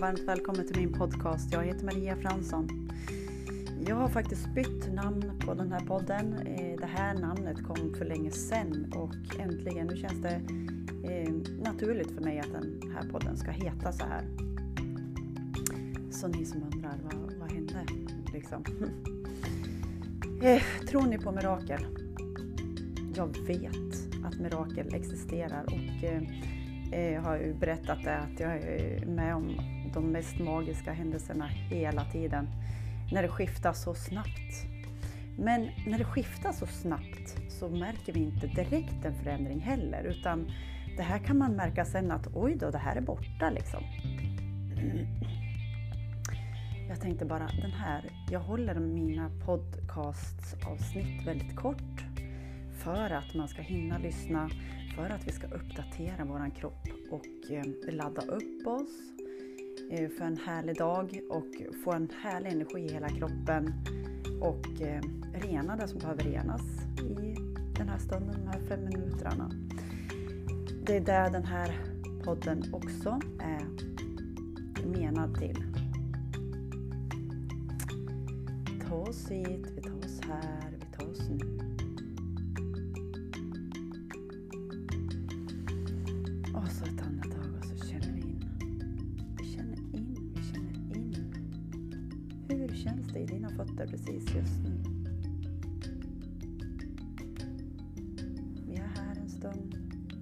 varmt välkommen till min podcast. Jag heter Maria Fransson. Jag har faktiskt bytt namn på den här podden. Det här namnet kom för länge sedan och äntligen nu känns det naturligt för mig att den här podden ska heta så här. Så ni som undrar, vad hände? Liksom. Tror ni på mirakel? Jag vet att mirakel existerar och har ju berättat det att jag är med om de mest magiska händelserna hela tiden. När det skiftar så snabbt. Men när det skiftar så snabbt så märker vi inte direkt en förändring heller. Utan det här kan man märka sen att oj då, det här är borta liksom. Jag tänkte bara jag håller mina podcastavsnitt väldigt kort. För att man ska hinna lyssna. För att vi ska uppdatera våran kropp och ladda upp oss för en härlig dag och få en härlig energi i hela kroppen och rena det som behöver renas i den här stunden, de här 5 minuterna. Det är där den här podden också är menad till. Vi tar oss hit, vi tar oss här, vi tar oss nu. Och så ett andetag och så känner vi in. Vi känner in. Hur känns det i dina fötter precis just nu? Vi är här en stund.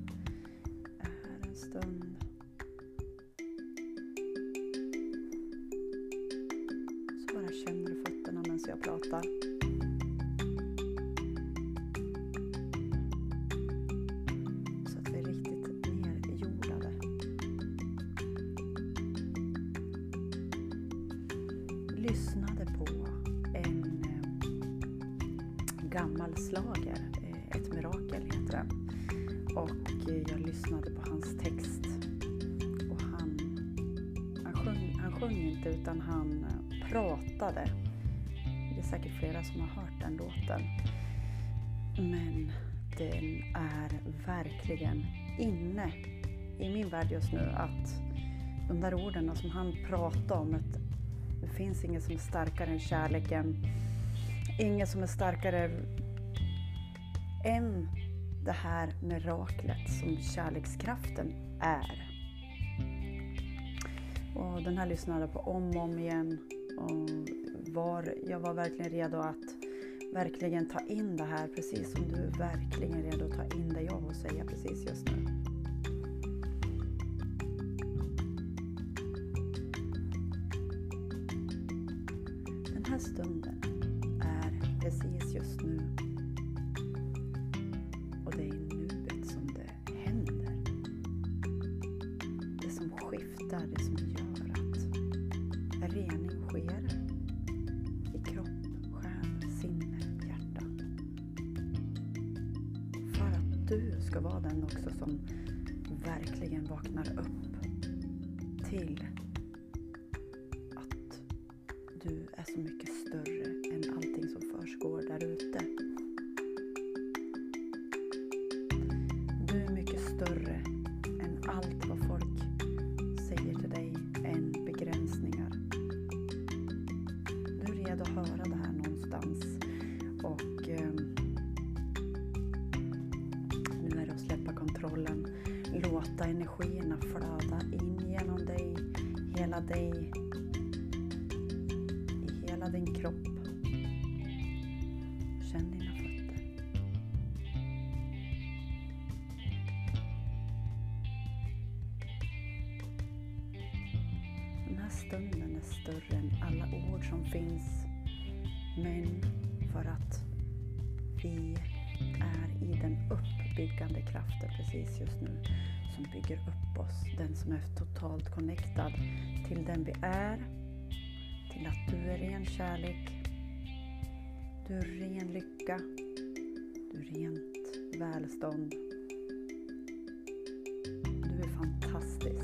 Så bara känner du fötterna medan jag pratar. Lyssnade på en gammal slager, ett mirakel heter den, och jag lyssnade på hans text och han sjöng inte utan han pratade. Det är säkert flera som har hört den låten, men den är verkligen inne i min värld just nu, att de där orden som han pratade om, att det finns inget som är starkare än kärleken. Inget som är starkare än det här miraklet som kärlekskraften är. Och den här lyssnade på om och om igen. Och jag var verkligen redo att verkligen ta in det här. Precis som du är verkligen redo att ta in det jag har att säga precis just nu. Den här stunden är precis just nu och det är i nuet som det händer. Det som skiftar, det som gör att rening sker i kropp, själ, sinne, hjärta. För att du ska vara den också som verkligen vaknar upp till du är så mycket större än allting som försiggår där ute. Du är mycket större än allt vad folk säger till dig, än begränsningar. Du är redo att höra det här någonstans och nu är det att släppa kontrollen. Låta energierna flöda in genom dig, hela dig. Din kropp. Känn dina fötter. Den här stunden är större än alla ord som finns. Men för att vi är i den uppbyggande kraften precis just nu som bygger upp oss. Den som är totalt connectad till den vi är. Till att du är ren kärlek, du är ren lycka, du är rent välstånd. Du är fantastisk.